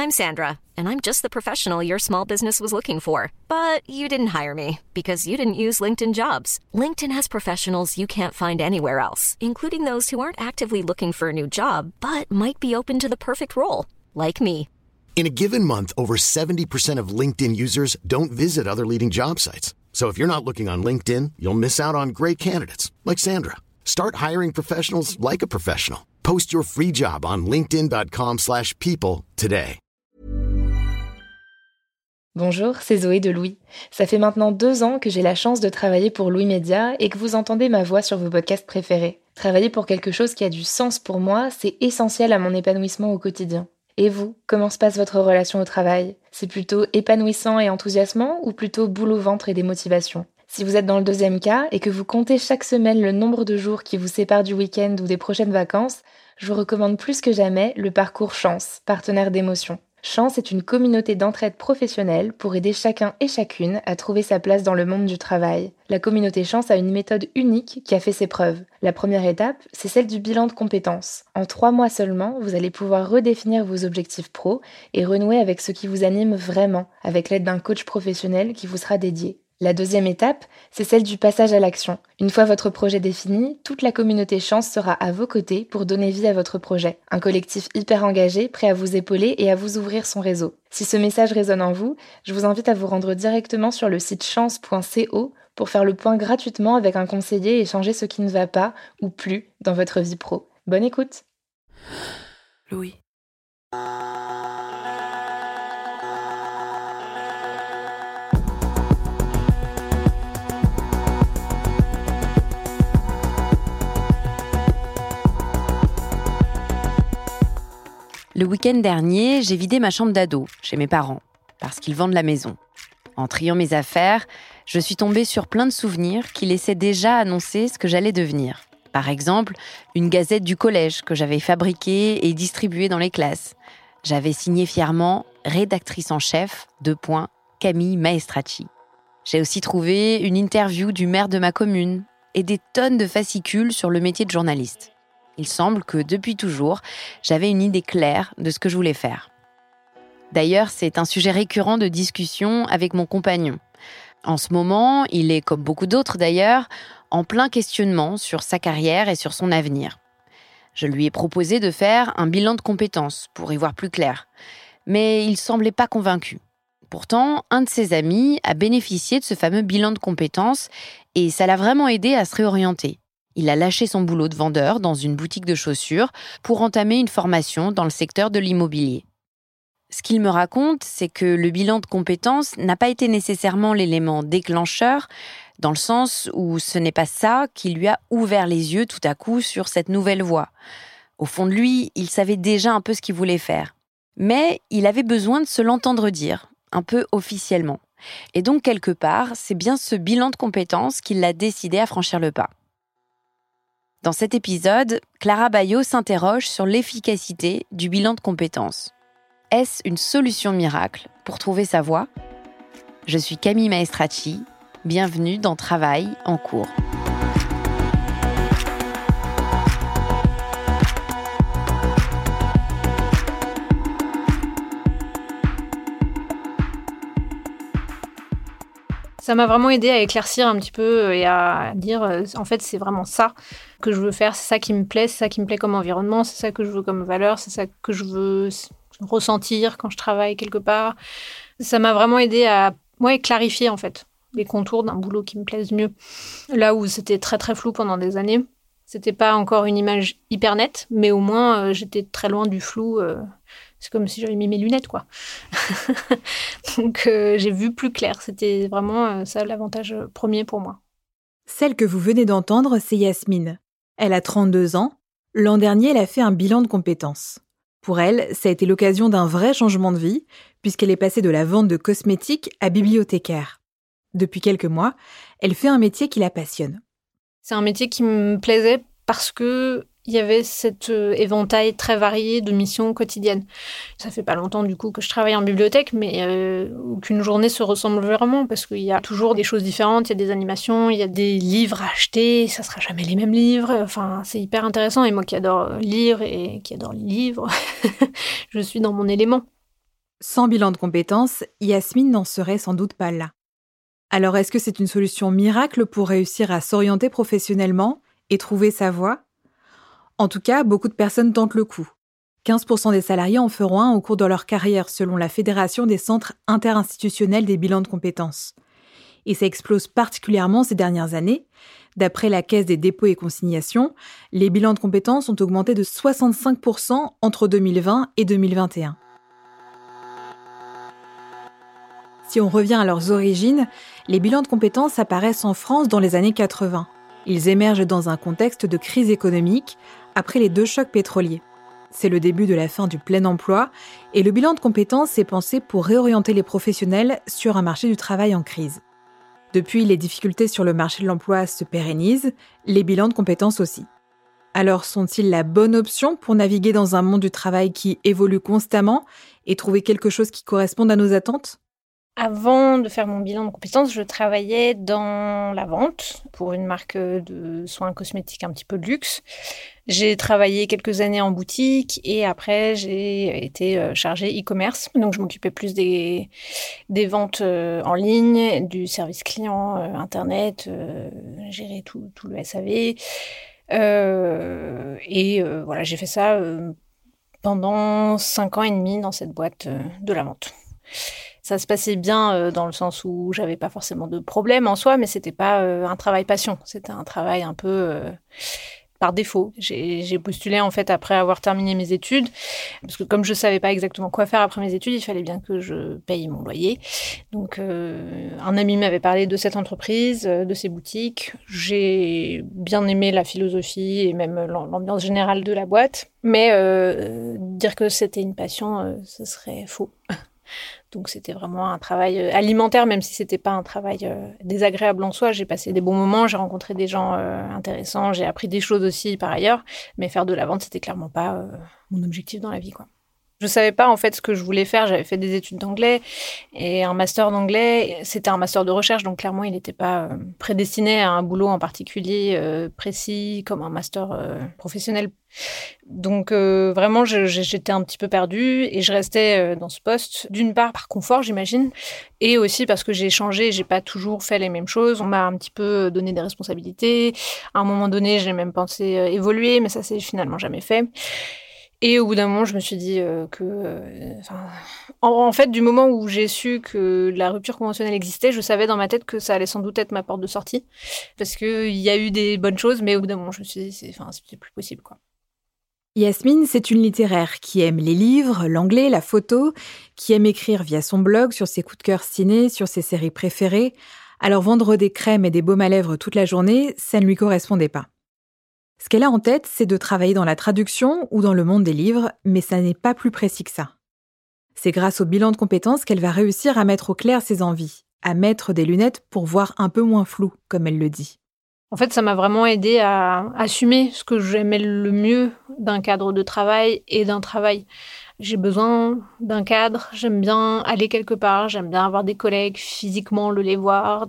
I'm Sandra, and I'm just the professional your small business was looking for. But you didn't hire me because you didn't use LinkedIn Jobs. LinkedIn has professionals you can't find anywhere else, including those who aren't actively looking for a new job, but might be open to the perfect role, like me. In a given month, over 70% of LinkedIn users don't visit other leading job sites. So if you're not looking on LinkedIn, you'll miss out on great candidates like Sandra. Start hiring professionals like a professional. Post your free job on linkedin.com/people today. Bonjour, c'est Zoé de Louis. Ça fait maintenant 2 ans que j'ai la chance de travailler pour Louis Média et que vous entendez ma voix sur vos podcasts préférés. Travailler pour quelque chose qui a du sens pour moi, c'est essentiel à mon épanouissement au quotidien. Et vous, comment se passe votre relation au travail ? C'est plutôt épanouissant et enthousiasmant ou plutôt boule au ventre et démotivation ? Si vous êtes dans le deuxième cas et que vous comptez chaque semaine le nombre de jours qui vous séparent du week-end ou des prochaines vacances, je vous recommande plus que jamais le parcours Chance, partenaire d'émotion. Chance est une communauté d'entraide professionnelle pour aider chacun et chacune à trouver sa place dans le monde du travail. La communauté Chance a une méthode unique qui a fait ses preuves. La première étape, c'est celle du bilan de compétences. En 3 mois seulement, vous allez pouvoir redéfinir vos objectifs pro et renouer avec ce qui vous anime vraiment, avec l'aide d'un coach professionnel qui vous sera dédié. La deuxième étape, c'est celle du passage à l'action. Une fois votre projet défini, toute la communauté Chance sera à vos côtés pour donner vie à votre projet. Un collectif hyper engagé, prêt à vous épauler et à vous ouvrir son réseau. Si ce message résonne en vous, je vous invite à vous rendre directement sur le site chance.co pour faire le point gratuitement avec un conseiller et changer ce qui ne va pas ou plus dans votre vie pro. Bonne écoute. Louis. Le week-end dernier, j'ai vidé ma chambre d'ado chez mes parents, parce qu'ils vendent la maison. En triant mes affaires, je suis tombée sur plein de souvenirs qui laissaient déjà annoncer ce que j'allais devenir. Par exemple, une gazette du collège que j'avais fabriquée et distribuée dans les classes. J'avais signé fièrement « Rédactrice en chef, Camille Maestracci ». J'ai aussi trouvé une interview du maire de ma commune et des tonnes de fascicules sur le métier de journaliste. Il semble que, depuis toujours, j'avais une idée claire de ce que je voulais faire. D'ailleurs, c'est un sujet récurrent de discussion avec mon compagnon. En ce moment, il est, comme beaucoup d'autres d'ailleurs, en plein questionnement sur sa carrière et sur son avenir. Je lui ai proposé de faire un bilan de compétences pour y voir plus clair. Mais il semblait pas convaincu. Pourtant, un de ses amis a bénéficié de ce fameux bilan de compétences et ça l'a vraiment aidé à se réorienter. Il a lâché son boulot de vendeur dans une boutique de chaussures pour entamer une formation dans le secteur de l'immobilier. Ce qu'il me raconte, c'est que le bilan de compétences n'a pas été nécessairement l'élément déclencheur, dans le sens où ce n'est pas ça qui lui a ouvert les yeux tout à coup sur cette nouvelle voie. Au fond de lui, il savait déjà un peu ce qu'il voulait faire. Mais il avait besoin de se l'entendre dire, un peu officiellement. Et donc, quelque part, c'est bien ce bilan de compétences qui l'a décidé à franchir le pas. Dans cet épisode, Clara Bayot s'interroge sur l'efficacité du bilan de compétences. Est-ce une solution miracle pour trouver sa voie ? Je suis Camille Maestracci, bienvenue dans Travail en cours. Ça m'a vraiment aidé à éclaircir un petit peu et à dire, en fait, c'est vraiment ça que je veux faire, c'est ça qui me plaît, c'est ça qui me plaît comme environnement, c'est ça que je veux comme valeur, c'est ça que je veux ressentir quand je travaille quelque part. Ça m'a vraiment aidé à clarifier, en fait, les contours d'un boulot qui me plaise mieux. Là où c'était très, très flou pendant des années, c'était pas encore une image hyper nette, mais au moins, j'étais très loin du flou. C'est comme si j'avais mis mes lunettes, quoi. Donc, j'ai vu plus clair. C'était vraiment ça l'avantage premier pour moi. Celle que vous venez d'entendre, c'est Yasmine. Elle a 32 ans. L'an dernier, elle a fait un bilan de compétences. Pour elle, ça a été l'occasion d'un vrai changement de vie, puisqu'elle est passée de la vente de cosmétiques à bibliothécaire. Depuis quelques mois, elle fait un métier qui la passionne. C'est un métier qui me plaisait parce que il y avait cet éventail très varié de missions quotidiennes. Ça fait pas longtemps du coup que je travaille en bibliothèque, mais aucune journée se ressemble vraiment parce qu'il y a toujours des choses différentes, il y a des animations, il y a des livres à acheter, ça sera jamais les mêmes livres. Enfin, c'est hyper intéressant et moi qui adore lire et qui adore les livres, je suis dans mon élément. Sans bilan de compétences, Yasmine n'en serait sans doute pas là. Alors est-ce que c'est une solution miracle pour réussir à s'orienter professionnellement et trouver sa voie ? En tout cas, beaucoup de personnes tentent le coup. 15% des salariés en feront un au cours de leur carrière, selon la Fédération des centres interinstitutionnels des bilans de compétences. Et ça explose particulièrement ces dernières années. D'après la Caisse des dépôts et consignations, les bilans de compétences ont augmenté de 65% entre 2020 et 2021. Si on revient à leurs origines, les bilans de compétences apparaissent en France dans les années 80. Ils émergent dans un contexte de crise économique après les 2 chocs pétroliers. C'est le début de la fin du plein emploi et le bilan de compétences est pensé pour réorienter les professionnels sur un marché du travail en crise. Depuis, les difficultés sur le marché de l'emploi se pérennisent, les bilans de compétences aussi. Alors, sont-ils la bonne option pour naviguer dans un monde du travail qui évolue constamment et trouver quelque chose qui corresponde à nos attentes ? Avant de faire mon bilan de compétences, je travaillais dans la vente pour une marque de soins cosmétiques un petit peu de luxe. J'ai travaillé quelques années en boutique et après j'ai été chargée e-commerce. Donc je m'occupais plus des ventes en ligne, du service client internet, gérer tout le SAV. Voilà, j'ai fait ça pendant 5 ans et demi dans cette boîte de la vente. Ça se passait bien dans le sens où j'avais pas forcément de problème en soi, mais c'était pas un travail passion. C'était un travail un peu par défaut. J'ai postulé en fait après avoir terminé mes études, parce que comme je savais pas exactement quoi faire après mes études, il fallait bien que je paye mon loyer. Donc un ami m'avait parlé de cette entreprise, de ces boutiques. J'ai bien aimé la philosophie et même l'ambiance générale de la boîte, mais dire que c'était une passion, ce serait faux. Donc c'était vraiment un travail alimentaire, même si c'était pas un travail désagréable en soi. J'ai passé des bons moments, j'ai rencontré des gens intéressants, j'ai appris des choses aussi par ailleurs. Mais faire de la vente, c'était clairement pas mon objectif dans la vie, quoi. Je savais pas en fait ce que je voulais faire. J'avais fait des études d'anglais et un master d'anglais. C'était un master de recherche, donc clairement il n'était pas prédestiné à un boulot en particulier précis comme un master professionnel. Donc vraiment j'étais un petit peu perdue et je restais dans ce poste d'une part par confort j'imagine et aussi parce que j'ai changé, j'ai pas toujours fait les mêmes choses. On m'a un petit peu donné des responsabilités. À un moment donné j'ai même pensé évoluer, mais ça s'est finalement jamais fait. Et au bout d'un moment, je me suis dit en fait, du moment où j'ai su que la rupture conventionnelle existait, je savais dans ma tête que ça allait sans doute être ma porte de sortie. Parce qu'il y a eu des bonnes choses, mais au bout d'un moment, je me suis dit, c'était plus possible, quoi. Yasmine, c'est une littéraire qui aime les livres, l'anglais, la photo, qui aime écrire via son blog sur ses coups de cœur ciné, sur ses séries préférées. Alors vendre des crèmes et des baumes à lèvres toute la journée, ça ne lui correspondait pas. Ce qu'elle a en tête, c'est de travailler dans la traduction ou dans le monde des livres, mais ça n'est pas plus précis que ça. C'est grâce au bilan de compétences qu'elle va réussir à mettre au clair ses envies, à mettre des lunettes pour voir un peu moins flou, comme elle le dit. En fait, ça m'a vraiment aidée à assumer ce que j'aimais le mieux d'un cadre de travail et d'un travail. J'ai besoin d'un cadre, j'aime bien aller quelque part, j'aime bien avoir des collègues, physiquement les voir,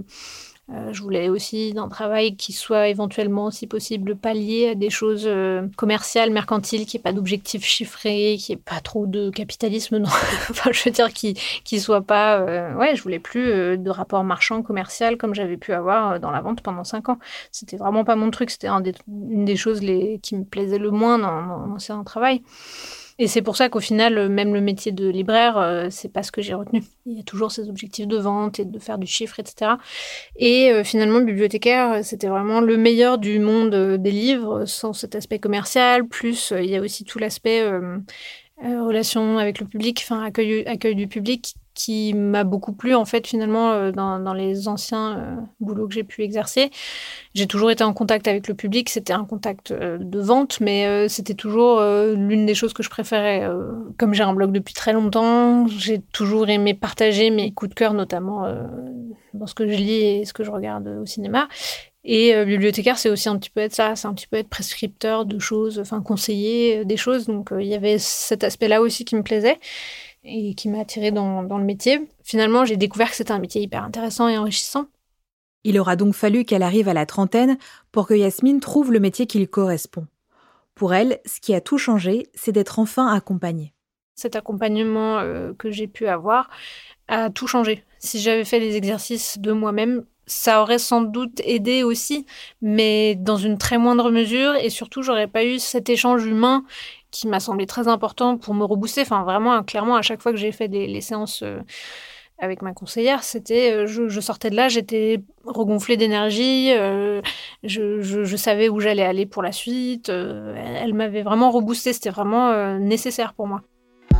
je voulais aussi d'un travail qui soit éventuellement, si possible, pas lié à des choses commerciales, mercantiles, qui n'ait pas d'objectifs chiffrés, qui n'ait pas trop de capitalisme, non. Enfin, je veux dire, qui soit pas... je voulais plus de rapport marchand, commercial, comme j'avais pu avoir dans la vente pendant 5 ans. C'était vraiment pas mon truc, c'était une des choses qui me plaisait le moins dans ce travail. Et c'est pour ça qu'au final, même le métier de libraire, c'est pas ce que j'ai retenu. Il y a toujours ces objectifs de vente et de faire du chiffre, etc. Et finalement, bibliothécaire, c'était vraiment le meilleur du monde des livres, sans cet aspect commercial. Plus, il y a aussi tout l'aspect relation avec le public, enfin accueil du public, qui m'a beaucoup plu en fait finalement dans les anciens boulots que j'ai pu exercer. J'ai toujours été en contact avec le public, c'était un contact de vente, mais c'était toujours l'une des choses que je préférais. Comme j'ai un blog depuis très longtemps, j'ai toujours aimé partager mes coups de cœur, notamment dans ce que je lis et ce que je regarde au cinéma. Et bibliothécaire, c'est aussi un petit peu être ça, c'est un petit peu être prescripteur de choses, enfin conseiller des choses. Donc il y avait cet aspect-là aussi qui me plaisait et qui m'a attirée dans le métier. Finalement, j'ai découvert que c'était un métier hyper intéressant et enrichissant. Il aura donc fallu qu'elle arrive à la trentaine pour que Yasmine trouve le métier qui lui correspond. Pour elle, ce qui a tout changé, c'est d'être enfin accompagnée. cet accompagnement que j'ai pu avoir a tout changé. Si j'avais fait les exercices de moi-même, ça aurait sans doute aidé aussi, mais dans une très moindre mesure, et surtout, j'aurais pas eu cet échange humain qui m'a semblé très important pour me rebooster. Enfin, vraiment, clairement, à chaque fois que j'ai fait les séances avec ma conseillère, c'était, je sortais de là, j'étais regonflée d'énergie, je savais où j'allais aller pour la suite. Elle m'avait vraiment reboostée, c'était vraiment nécessaire pour moi.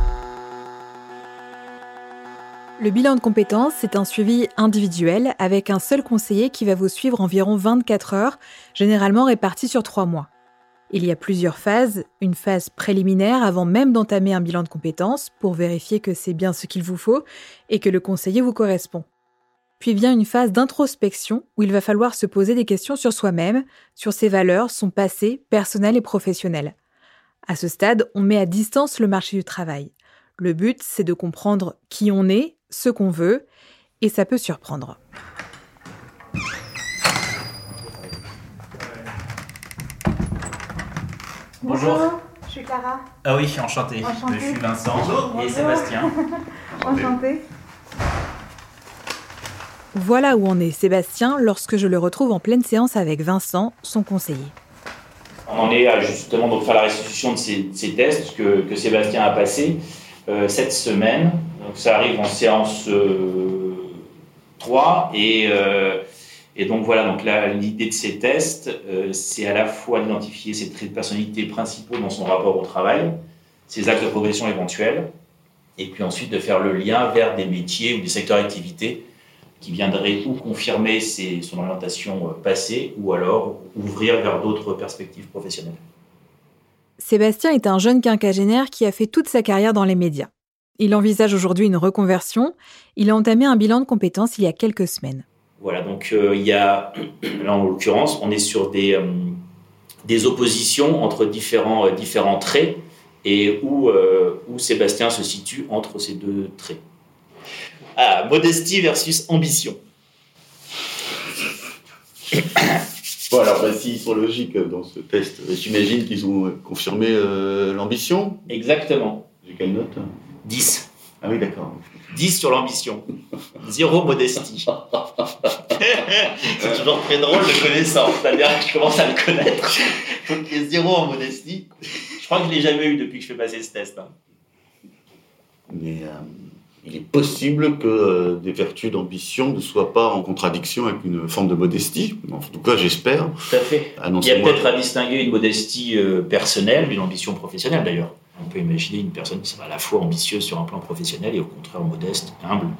Le bilan de compétences, c'est un suivi individuel avec un seul conseiller qui va vous suivre environ 24 heures, généralement réparties sur 3 mois. Il y a plusieurs phases, une phase préliminaire avant même d'entamer un bilan de compétences pour vérifier que c'est bien ce qu'il vous faut et que le conseiller vous correspond. Puis vient une phase d'introspection où il va falloir se poser des questions sur soi-même, sur ses valeurs, son passé, personnel et professionnel. À ce stade, on met à distance le marché du travail. Le but, c'est de comprendre qui on est, ce qu'on veut, et ça peut surprendre. Bonjour, je suis Clara. Ah oui, enchanté. Je suis Vincent. Bonjour. Et Sébastien. Enchanté. Voilà où en est Sébastien lorsque je le retrouve en pleine séance avec Vincent, son conseiller. On en est à justement donc faire la restitution de ces tests que Sébastien a passés cette semaine. Donc ça arrive en séance 3 et donc voilà, donc là, l'idée de ces tests, c'est à la fois d'identifier ses traits de personnalité principaux dans son rapport au travail, ses axes de progression éventuels, et puis ensuite de faire le lien vers des métiers ou des secteurs d'activité qui viendraient ou confirmer son orientation passée ou alors ouvrir vers d'autres perspectives professionnelles. Sébastien est un jeune quinquagénaire qui a fait toute sa carrière dans les médias. Il envisage aujourd'hui une reconversion. Il a entamé un bilan de compétences il y a quelques semaines. Voilà, donc il y a, là en l'occurrence, on est sur des oppositions entre différents traits et où Sébastien se situe entre ces deux traits. Ah, modestie versus ambition. Bon, alors, s'ils sont logiques dans ce test, j'imagine qu'ils ont confirmé l'ambition. Exactement. J'ai quelle note ? 10. Ah oui, d'accord. 10 sur l'ambition. 0 modestie. C'est toujours très drôle de connaissance. C'est-à-dire que je commence à le connaître. Donc, il y a 0 en modestie. Je crois que je ne l'ai jamais eu depuis que je fais passer ce test. Mais il est possible que des vertus d'ambition ne soient pas en contradiction avec une forme de modestie. En tout cas, j'espère. Tout à fait. Il y a peut-être à distinguer une modestie personnelle d'une ambition professionnelle, d'ailleurs. On peut imaginer une personne qui sera à la fois ambitieuse sur un plan professionnel et au contraire modeste, humble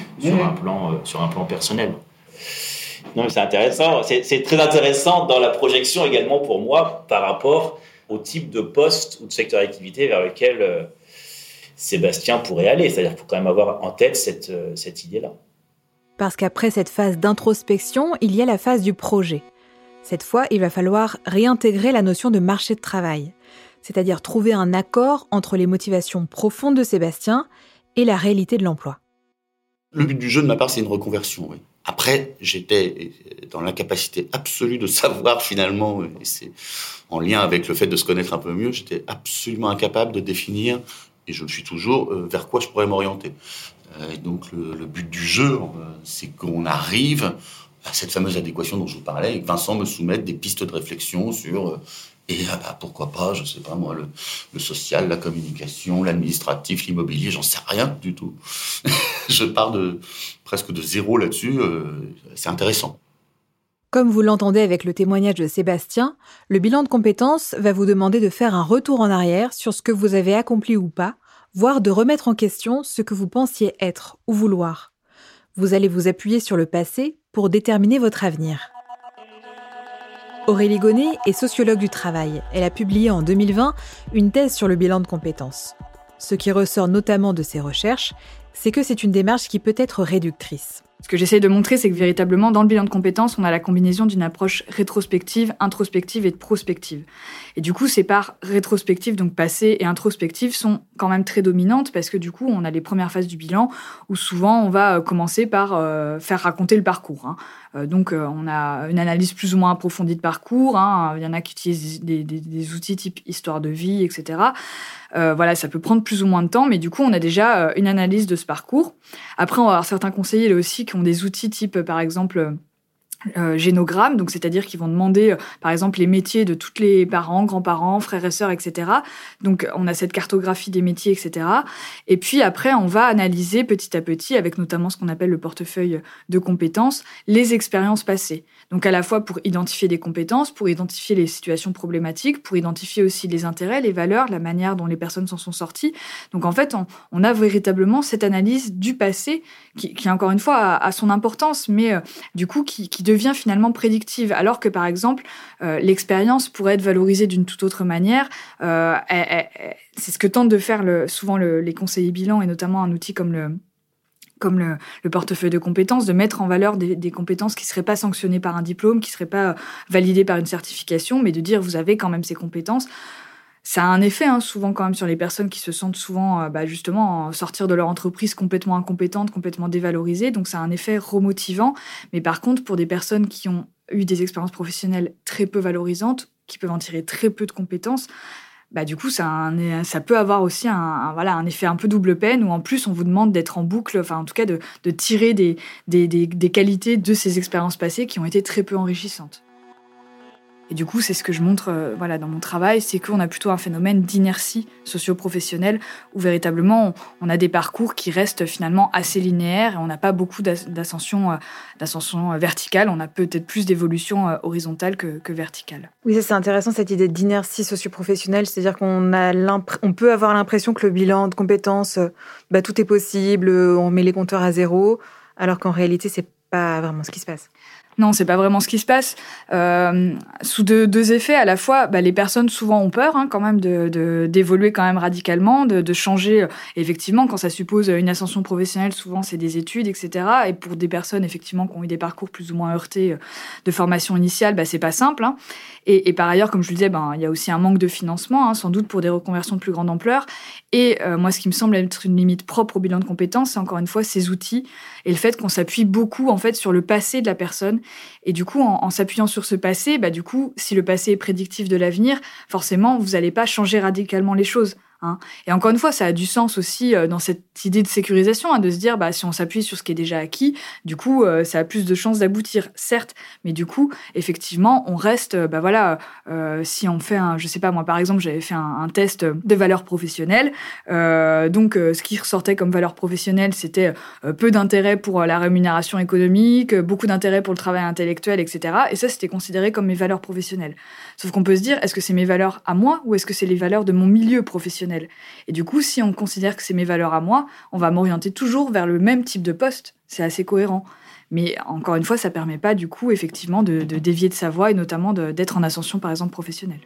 sur un plan personnel. Non, mais c'est intéressant. C'est très intéressant dans la projection également pour moi par rapport au type de poste ou de secteur d'activité vers lequel Sébastien pourrait aller. C'est-à-dire qu'il faut quand même avoir en tête cette idée-là. Parce qu'après cette phase d'introspection, il y a la phase du projet. Cette fois, il va falloir réintégrer la notion de marché de travail, c'est-à-dire trouver un accord entre les motivations profondes de Sébastien et la réalité de l'emploi. Le but du jeu de ma part, c'est une reconversion, oui. Après, j'étais dans l'incapacité absolue de savoir finalement, et c'est en lien avec le fait de se connaître un peu mieux, j'étais absolument incapable de définir, et je le suis toujours, vers quoi je pourrais m'orienter. Et donc le but du jeu, c'est qu'on arrive à cette fameuse adéquation dont je vous parlais, et que Vincent me soumette des pistes de réflexion sur... pourquoi pas, je sais pas moi, le social, la communication, l'administratif, l'immobilier, j'en sais rien du tout. Je pars presque de zéro là-dessus, c'est intéressant. Comme vous l'entendez avec le témoignage de Sébastien, le bilan de compétences va vous demander de faire un retour en arrière sur ce que vous avez accompli ou pas, voire de remettre en question ce que vous pensiez être ou vouloir. Vous allez vous appuyer sur le passé pour déterminer votre avenir. Aurélie Gonnet est sociologue du travail. Elle a publié en 2020 une thèse sur le bilan de compétences. Ce qui ressort notamment de ses recherches, c'est que c'est une démarche qui peut être réductrice. Ce que j'essaie de montrer, c'est que véritablement, dans le bilan de compétences, on a la combinaison d'une approche rétrospective, introspective et prospective. Et du coup, ces parts rétrospectives, donc passées, et introspectives, sont quand même très dominantes parce que du coup, on a les premières phases du bilan où souvent, on va commencer par faire raconter le parcours. Donc, on a une analyse plus ou moins approfondie de parcours. Il y en a qui utilisent des outils type histoire de vie, etc. Voilà, ça peut prendre plus ou moins de temps, mais du coup, on a déjà une analyse de ce parcours. Après, on va avoir certains conseillers là aussi qui ont des outils type, par exemple, génogramme, donc c'est-à-dire qu'ils vont demander, par exemple, les métiers de tous les parents, grands-parents, frères et sœurs, etc. Donc, on a cette cartographie des métiers, etc. Et puis après, on va analyser petit à petit, avec notamment ce qu'on appelle le portefeuille de compétences, les expériences passées. Donc, à la fois pour identifier des compétences, pour identifier les situations problématiques, pour identifier aussi les intérêts, les valeurs, la manière dont les personnes s'en sont sorties. Donc, en fait, on a véritablement cette analyse du passé qui encore une fois, a son importance, mais du coup, qui devient finalement prédictive. Alors que, par exemple, l'expérience pourrait être valorisée d'une toute autre manière. C'est ce que tentent de faire souvent les conseillers bilan, et notamment un outil comme le portefeuille de compétences, de mettre en valeur des compétences qui ne seraient pas sanctionnées par un diplôme, qui ne seraient pas validées par une certification, mais de dire vous avez quand même ces compétences. Ça a un effet souvent quand même sur les personnes qui se sentent souvent justement sortir de leur entreprise complètement incompétentes, complètement dévalorisées. Donc ça a un effet remotivant. Mais par contre, pour des personnes qui ont eu des expériences professionnelles très peu valorisantes, qui peuvent en tirer très peu de compétences, du coup, ça peut avoir aussi un effet un peu double peine, où en plus, on vous demande d'être en boucle, enfin, en tout cas, de tirer des qualités de ces expériences passées qui ont été très peu enrichissantes. Et du coup, c'est ce que je montre dans mon travail, c'est qu'on a plutôt un phénomène d'inertie socio-professionnelle, où véritablement, on a des parcours qui restent finalement assez linéaires, et on n'a pas beaucoup d'ascension verticale, on a peut-être plus d'évolution horizontale que verticale. Oui, ça c'est intéressant, cette idée d'inertie socio-professionnelle, c'est-à-dire on peut avoir l'impression que le bilan de compétences, tout est possible, on met les compteurs à zéro, alors qu'en réalité, c'est pas vraiment ce qui se passe. Non, c'est pas vraiment ce qui se passe. Sous deux effets, à la fois, les personnes souvent ont peur quand même d'évoluer quand même radicalement, de changer. Effectivement, quand ça suppose une ascension professionnelle, souvent c'est des études, etc. Et pour des personnes effectivement qui ont eu des parcours plus ou moins heurtés de formation initiale, c'est pas simple. Et par ailleurs, comme je le disais, il y a aussi un manque de financement, sans doute pour des reconversions de plus grande ampleur. Et moi, ce qui me semble être une limite propre au bilan de compétences, c'est encore une fois ces outils et le fait qu'on s'appuie beaucoup en fait sur le passé de la personne. Et du coup, en s'appuyant sur ce passé, du coup, si le passé est prédictif de l'avenir, forcément, vous n'allez pas changer radicalement les choses. Et encore une fois, ça a du sens aussi dans cette idée de sécurisation, de se dire, si on s'appuie sur ce qui est déjà acquis, du coup, ça a plus de chances d'aboutir, certes, mais du coup, effectivement, on reste, si on fait je sais pas, moi, par exemple, j'avais fait un test de valeur professionnelle, donc, ce qui ressortait comme valeur professionnelle, c'était peu d'intérêt pour la rémunération économique, beaucoup d'intérêt pour le travail intellectuel, etc. Et ça, c'était considéré comme mes valeurs professionnelles. Sauf qu'on peut se dire, est-ce que c'est mes valeurs à moi ou est-ce que c'est les valeurs de mon milieu professionnel ? Et du coup, si on considère que c'est mes valeurs à moi, on va m'orienter toujours vers le même type de poste. C'est assez cohérent. Mais encore une fois, ça ne permet pas, du coup, effectivement, de dévier de sa voie et notamment d'être en ascension, par exemple, professionnelle.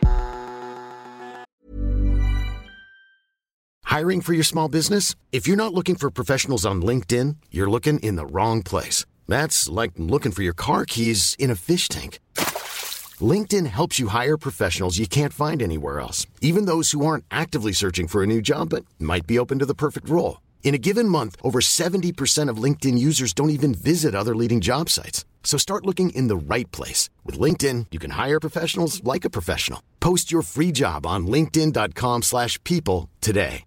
Hiring for your small business? If you're not looking for professionals on LinkedIn, you're looking in the wrong place. That's like looking for your car keys in a fish tank. LinkedIn helps you hire professionals you can't find anywhere else, even those who aren't actively searching for a new job but might be open to the perfect role. In a given month, over 70% of LinkedIn users don't even visit other leading job sites. So start looking in the right place. With LinkedIn, you can hire professionals like a professional. Post your free job on linkedin.com/people today.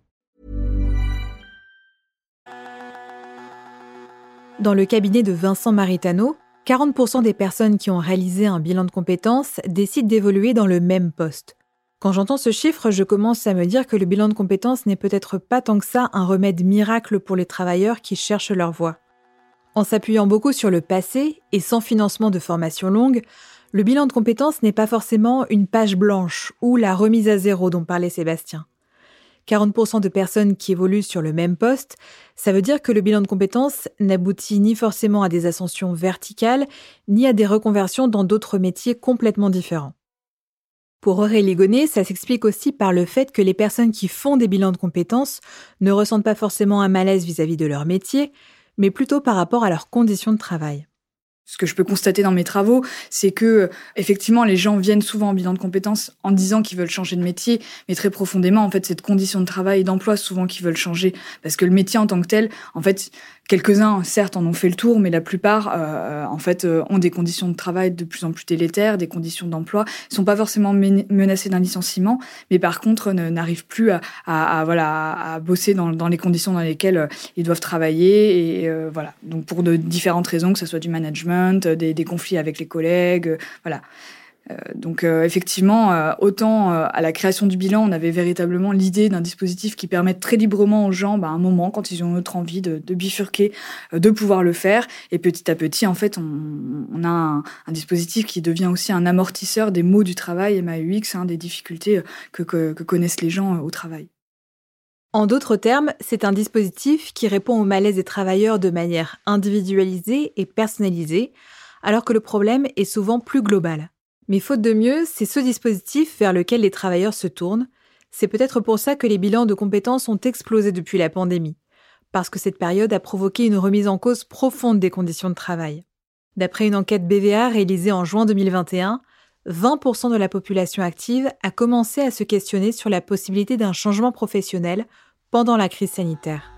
Dans le cabinet de Vincent Maritano, 40% des personnes qui ont réalisé un bilan de compétences décident d'évoluer dans le même poste. Quand j'entends ce chiffre, je commence à me dire que le bilan de compétences n'est peut-être pas tant que ça un remède miracle pour les travailleurs qui cherchent leur voie. En s'appuyant beaucoup sur le passé et sans financement de formation longue, le bilan de compétences n'est pas forcément une page blanche ou la remise à zéro dont parlait Sébastien. 40% de personnes qui évoluent sur le même poste, ça veut dire que le bilan de compétences n'aboutit ni forcément à des ascensions verticales, ni à des reconversions dans d'autres métiers complètement différents. Pour Aurélie Gonnet, ça s'explique aussi par le fait que les personnes qui font des bilans de compétences ne ressentent pas forcément un malaise vis-à-vis de leur métier, mais plutôt par rapport à leurs conditions de travail. Ce que je peux constater dans mes travaux, c'est que effectivement les gens viennent souvent en bilan de compétences en disant qu'ils veulent changer de métier, mais très profondément en fait c'est de conditions de travail et d'emploi souvent qu'ils veulent changer, parce que le métier en tant que tel, en fait quelques-uns certes en ont fait le tour, mais la plupart ont des conditions de travail de plus en plus délétères, des conditions d'emploi, ils sont pas forcément menacés d'un licenciement, mais par contre n'arrivent plus à bosser dans les conditions dans lesquelles ils doivent travailler et voilà. Donc pour de différentes raisons, que ce soit du management, des conflits avec les collègues, voilà. Donc effectivement, autant à la création du bilan, on avait véritablement l'idée d'un dispositif qui permette très librement aux gens, à un moment, quand ils ont autre envie de bifurquer, de pouvoir le faire. Et petit à petit, en fait, on a un dispositif qui devient aussi un amortisseur des maux du travail, MAUX, des difficultés que connaissent les gens au travail. En d'autres termes, c'est un dispositif qui répond au malaise des travailleurs de manière individualisée et personnalisée, alors que le problème est souvent plus global. Mais faute de mieux, c'est ce dispositif vers lequel les travailleurs se tournent. C'est peut-être pour ça que les bilans de compétences ont explosé depuis la pandémie, parce que cette période a provoqué une remise en cause profonde des conditions de travail. D'après une enquête BVA réalisée en juin 2021, 20% de la population active a commencé à se questionner sur la possibilité d'un changement professionnel pendant la crise sanitaire.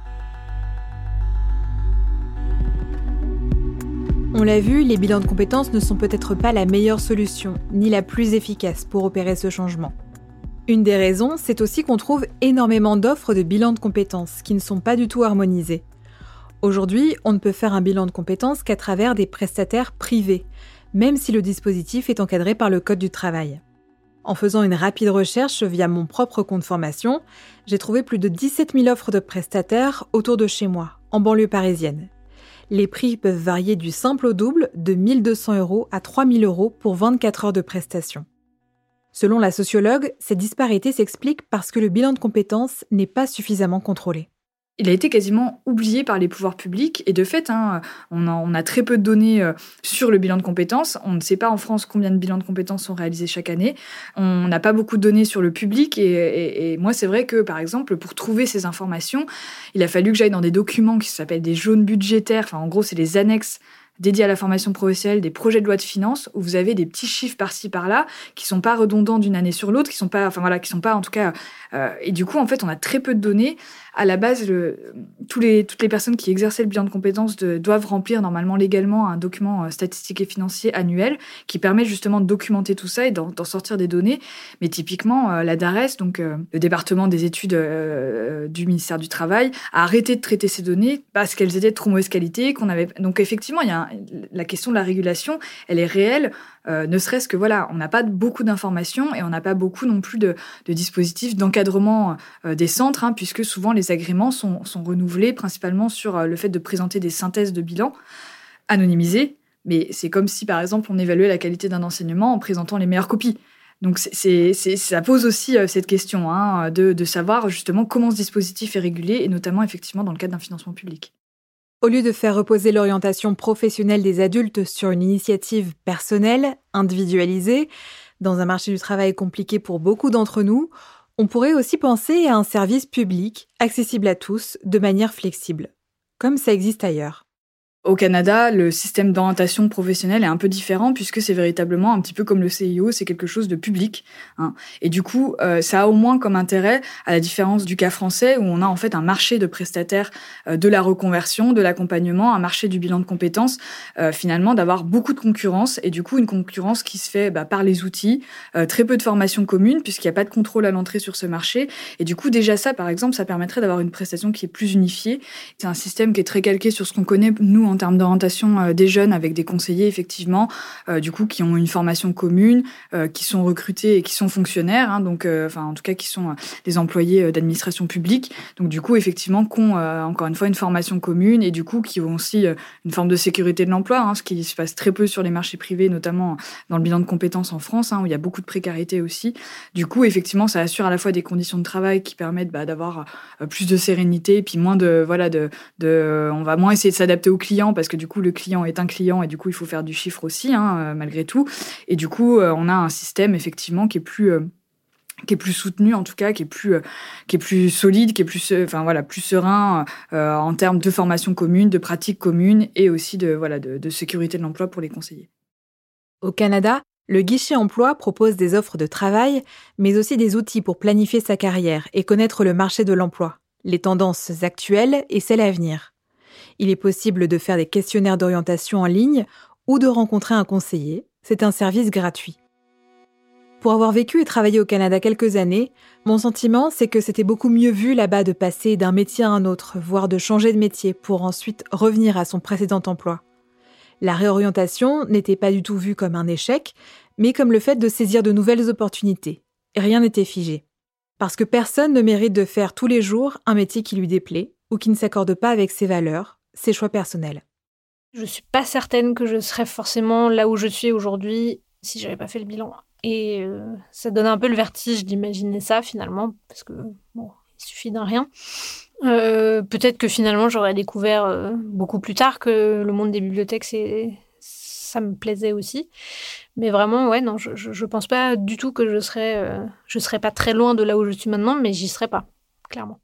On l'a vu, les bilans de compétences ne sont peut-être pas la meilleure solution, ni la plus efficace pour opérer ce changement. Une des raisons, c'est aussi qu'on trouve énormément d'offres de bilans de compétences qui ne sont pas du tout harmonisées. Aujourd'hui, on ne peut faire un bilan de compétences qu'à travers des prestataires privés, même si le dispositif est encadré par le Code du travail. En faisant une rapide recherche via mon propre compte formation, j'ai trouvé plus de 17 000 offres de prestataires autour de chez moi, en banlieue parisienne. Les prix peuvent varier du simple au double, de 1 200 € à 3 000 € pour 24 heures de prestation. Selon la sociologue, cette disparité s'explique parce que le bilan de compétences n'est pas suffisamment contrôlé. Il a été quasiment oublié par les pouvoirs publics et de fait, on a très peu de données sur le bilan de compétences. On ne sait pas en France combien de bilans de compétences sont réalisés chaque année. On n'a pas beaucoup de données sur le public et moi, c'est vrai que, par exemple, pour trouver ces informations, il a fallu que j'aille dans des documents qui s'appellent des jaunes budgétaires. Enfin, en gros, c'est les annexes dédiés à la formation professionnelle des projets de loi de finances où vous avez des petits chiffres par-ci par-là qui sont pas redondants d'une année sur l'autre, qui sont pas en tout cas et du coup en fait on a très peu de données. À la base, toutes les personnes qui exerçaient le bilan de compétences doivent remplir normalement légalement un document statistique et financier annuel qui permet justement de documenter tout ça et d'en sortir des données. Mais typiquement, la DARES, donc le département des études du ministère du Travail, a arrêté de traiter ces données parce qu'elles étaient de trop mauvaise qualité. Donc effectivement, il y a la question de la régulation, elle est réelle. Ne serait-ce que on n'a pas beaucoup d'informations et on n'a pas beaucoup non plus de dispositifs d'encadrement des centres, puisque souvent les agréments sont renouvelés principalement sur le fait de présenter des synthèses de bilan anonymisées, mais c'est comme si par exemple on évaluait la qualité d'un enseignement en présentant les meilleures copies. Donc ça pose aussi cette question de savoir justement comment ce dispositif est régulé et notamment effectivement dans le cadre d'un financement public. Au lieu de faire reposer l'orientation professionnelle des adultes sur une initiative personnelle, individualisée, dans un marché du travail compliqué pour beaucoup d'entre nous, on pourrait aussi penser à un service public, accessible à tous, de manière flexible, comme ça existe ailleurs. Au Canada, le système d'orientation professionnelle est un peu différent puisque c'est véritablement un petit peu comme le CIO, c'est quelque chose de public. Et du coup, ça a au moins comme intérêt, à la différence du cas français, où on a en fait un marché de prestataires de la reconversion, de l'accompagnement, un marché du bilan de compétences, finalement d'avoir beaucoup de concurrence et du coup une concurrence qui se fait par les outils, très peu de formation commune puisqu'il n'y a pas de contrôle à l'entrée sur ce marché. Et du coup, déjà ça, par exemple, ça permettrait d'avoir une prestation qui est plus unifiée. C'est un système qui est très calqué sur ce qu'on connaît, nous, en termes d'orientation des jeunes avec des conseillers, effectivement, du coup, qui ont une formation commune, qui sont recrutés et qui sont fonctionnaires, en tout cas, qui sont des employés d'administration publique. Donc, du coup, effectivement, qui ont, encore une fois, une formation commune et du coup, qui ont aussi une forme de sécurité de l'emploi, ce qui se passe très peu sur les marchés privés, notamment dans le bilan de compétences en France, où il y a beaucoup de précarité aussi. Du coup, effectivement, ça assure à la fois des conditions de travail qui permettent d'avoir plus de sérénité, puis moins on va moins essayer de s'adapter aux clients parce que du coup le client est un client et du coup il faut faire du chiffre aussi malgré tout et du coup on a un système effectivement qui est plus plus soutenu en tout cas, qui est plus solide, qui est plus serein en termes de formation commune, de pratiques communes et aussi de sécurité de l'emploi pour les conseillers. Au Canada, le guichet emploi propose des offres de travail, mais aussi des outils pour planifier sa carrière et connaître le marché de l'emploi, les tendances actuelles et celles à venir. Il est possible de faire des questionnaires d'orientation en ligne ou de rencontrer un conseiller. C'est un service gratuit. Pour avoir vécu et travaillé au Canada quelques années, mon sentiment, c'est que c'était beaucoup mieux vu là-bas de passer d'un métier à un autre, voire de changer de métier pour ensuite revenir à son précédent emploi. La réorientation n'était pas du tout vue comme un échec, mais comme le fait de saisir de nouvelles opportunités. Rien n'était figé. Parce que personne ne mérite de faire tous les jours un métier qui lui déplaît ou qui ne s'accorde pas avec ses valeurs, ses choix personnels. Je ne suis pas certaine que je serais forcément là où je suis aujourd'hui si j'avais pas fait le bilan. Et ça donne un peu le vertige d'imaginer ça finalement, parce que il suffit d'un rien. Peut-être que finalement j'aurais découvert beaucoup plus tard que le monde des bibliothèques, ça me plaisait aussi. Mais vraiment, non, je pense pas du tout que je serais pas très loin de là où je suis maintenant, mais j'y serais pas, clairement.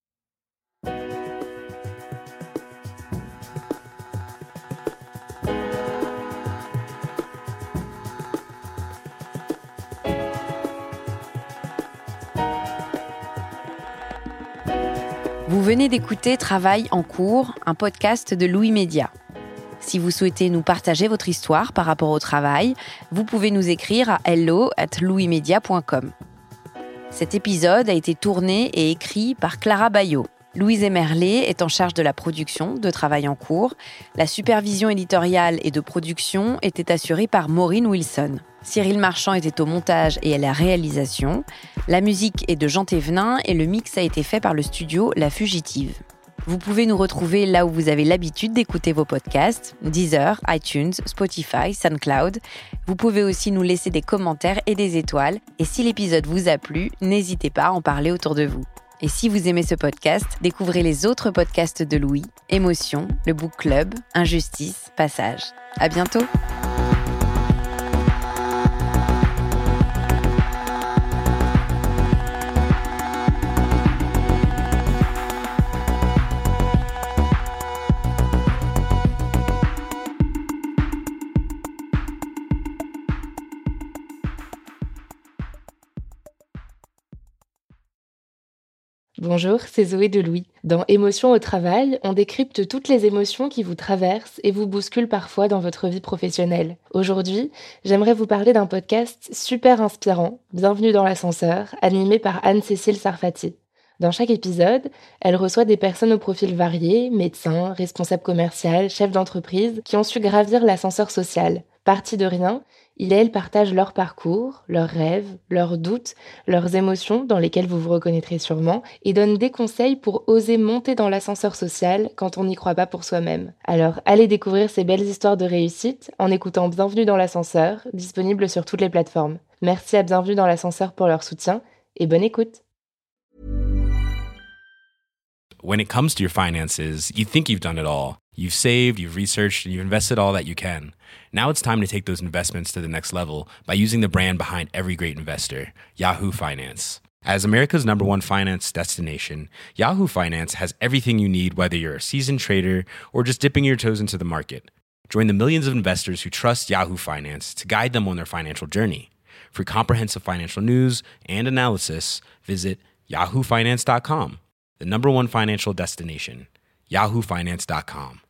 Vous venez d'écouter Travail en cours, un podcast de Louis Média. Si vous souhaitez nous partager votre histoire par rapport au travail, vous pouvez nous écrire à hello@louismedia.com. Cet épisode a été tourné et écrit par Clara Bayot. Louise Emerlé est en charge de la production de Travail en cours. La supervision éditoriale et de production était assurée par Maureen Wilson. Cyril Marchand était au montage et à la réalisation. La musique est de Jean Thévenin et le mix a été fait par le studio La Fugitive. Vous pouvez nous retrouver là où vous avez l'habitude d'écouter vos podcasts, Deezer, iTunes, Spotify, SoundCloud. Vous pouvez aussi nous laisser des commentaires et des étoiles. Et si l'épisode vous a plu, n'hésitez pas à en parler autour de vous. Et si vous aimez ce podcast, découvrez les autres podcasts de Louis, Émotion, le Book Club, Injustice, Passage. À bientôt! Bonjour, c'est Zoé de Louis. Dans Émotion au travail, on décrypte toutes les émotions qui vous traversent et vous bousculent parfois dans votre vie professionnelle. Aujourd'hui, j'aimerais vous parler d'un podcast super inspirant, Bienvenue dans l'ascenseur, animé par Anne-Cécile Sarfati. Dans chaque épisode, elle reçoit des personnes au profil varié, médecins, responsables commerciaux, chefs d'entreprise, qui ont su gravir l'ascenseur social. Partis de rien, ils et elles partagent leur parcours, leurs rêves, leurs doutes, leurs émotions dans lesquelles vous vous reconnaîtrez sûrement, et donnent des conseils pour oser monter dans l'ascenseur social quand on n'y croit pas pour soi-même. Alors allez découvrir ces belles histoires de réussite en écoutant Bienvenue dans l'ascenseur, disponible sur toutes les plateformes. Merci à Bienvenue dans l'ascenseur pour leur soutien, et bonne écoute. When it comes to your finances, you think you've done it all. You've saved, you've researched, and you've invested all that you can. Now it's time to take those investments to the next level by using the brand behind every great investor, Yahoo Finance. As America's #1 finance destination, Yahoo Finance has everything you need, whether you're a seasoned trader or just dipping your toes into the market. Join the millions of investors who trust Yahoo Finance to guide them on their financial journey. For comprehensive financial news and analysis, visit yahoofinance.com. The #1 financial destination, yahoofinance.com.